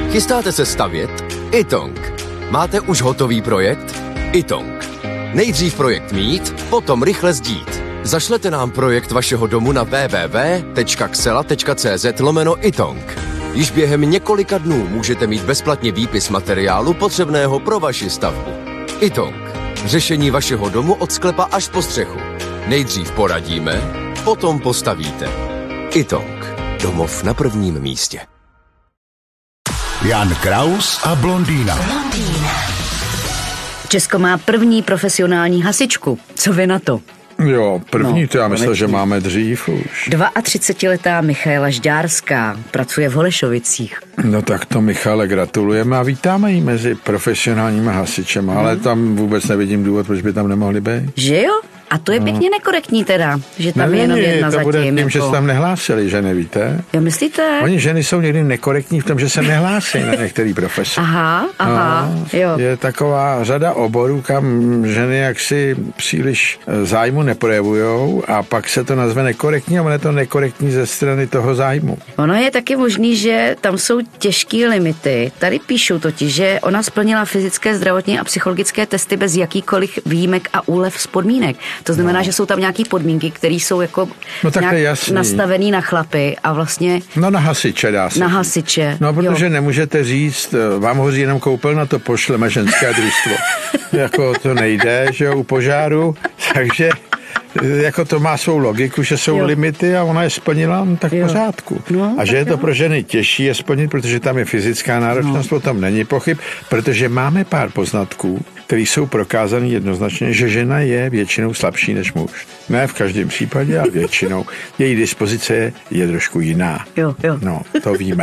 Chystáte se stavět? iTong. Máte už hotový projekt? iTong. Nejdřív projekt mít, potom rychle sdít. Zašlete nám projekt vašeho domu na www.xela.cz/iTong. Již během několika dnů můžete mít bezplatně výpis materiálu potřebného pro vaši stavbu. iTong. Řešení vašeho domu od sklepa až po střechu. Nejdřív poradíme, potom postavíte. iTong. Domov na prvním místě. Jan Kraus a blondýna. Česko má první profesionální hasičku. Co vy na to? Jo, první, to já myslel, že máme dřív už. 32letá Michaela Žďárská pracuje v Holešovicích. No tak to, Michale, gratulujeme a vítáme ji mezi profesionálními hasičemi, ale tam vůbec nevidím důvod, proč by tam nemohli být. Že jo? A to je pěkně nekorektní teda, že tam je jenom jedna to zatím. bude tím, jako... že se tam nehlásili, že nevíte? Jo, myslíte? Oni ženy jsou někdy nekorektní v tom, že se nehlásí na některý profese. Aha, jo. Je taková řada oborů, kam ženy jaksi příliš zájmu neprojevujou a pak se to nazve nekorektní a ono je to nekorektní ze strany toho zájmu. Ono je taky možný, že tam jsou těžký limity. Tady píšou totiž, že ona splnila fyzické, zdravotní a psychologické testy bez jakýkoliv výjimek a úlev z podmínek. To znamená, že jsou tam nějaký podmínky, které jsou jako nějak nastavený na chlapy a vlastně... No na hasiče dá se. Na hasiče. No protože nemůžete říct, vám hoří jenom koupelna, to pošleme ženské družstvo. Jako to nejde, že jo, u požáru, takže... Jako to má svou logiku, že jsou limity a ona je splnila, no tak v pořádku. No, a že je to pro ženy těžší je splnit, protože tam je fyzická náročnost, o tom není pochyb, protože máme pár poznatků, které jsou prokázané jednoznačně, že žena je většinou slabší než muž. Ne v každém případě, ale většinou. Její dispozice je trošku jiná. Jo. No, to víme.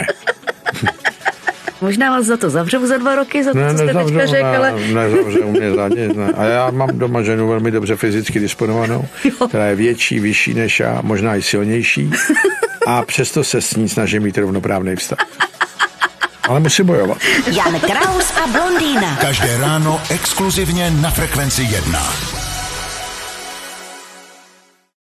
Možná vás za to zavřou za 2 roky, za to, co jste teďka řekl, ale... Nezavřou mě za nic, ne. A já mám doma ženu velmi dobře fyzicky disponovanou, která je větší, vyšší než já, možná i silnější. A přesto se s ní snažím mít rovnoprávný vztah. Ale musí bojovat. Jan Kraus a blondýna. Každé ráno exkluzivně na Frekvenci 1.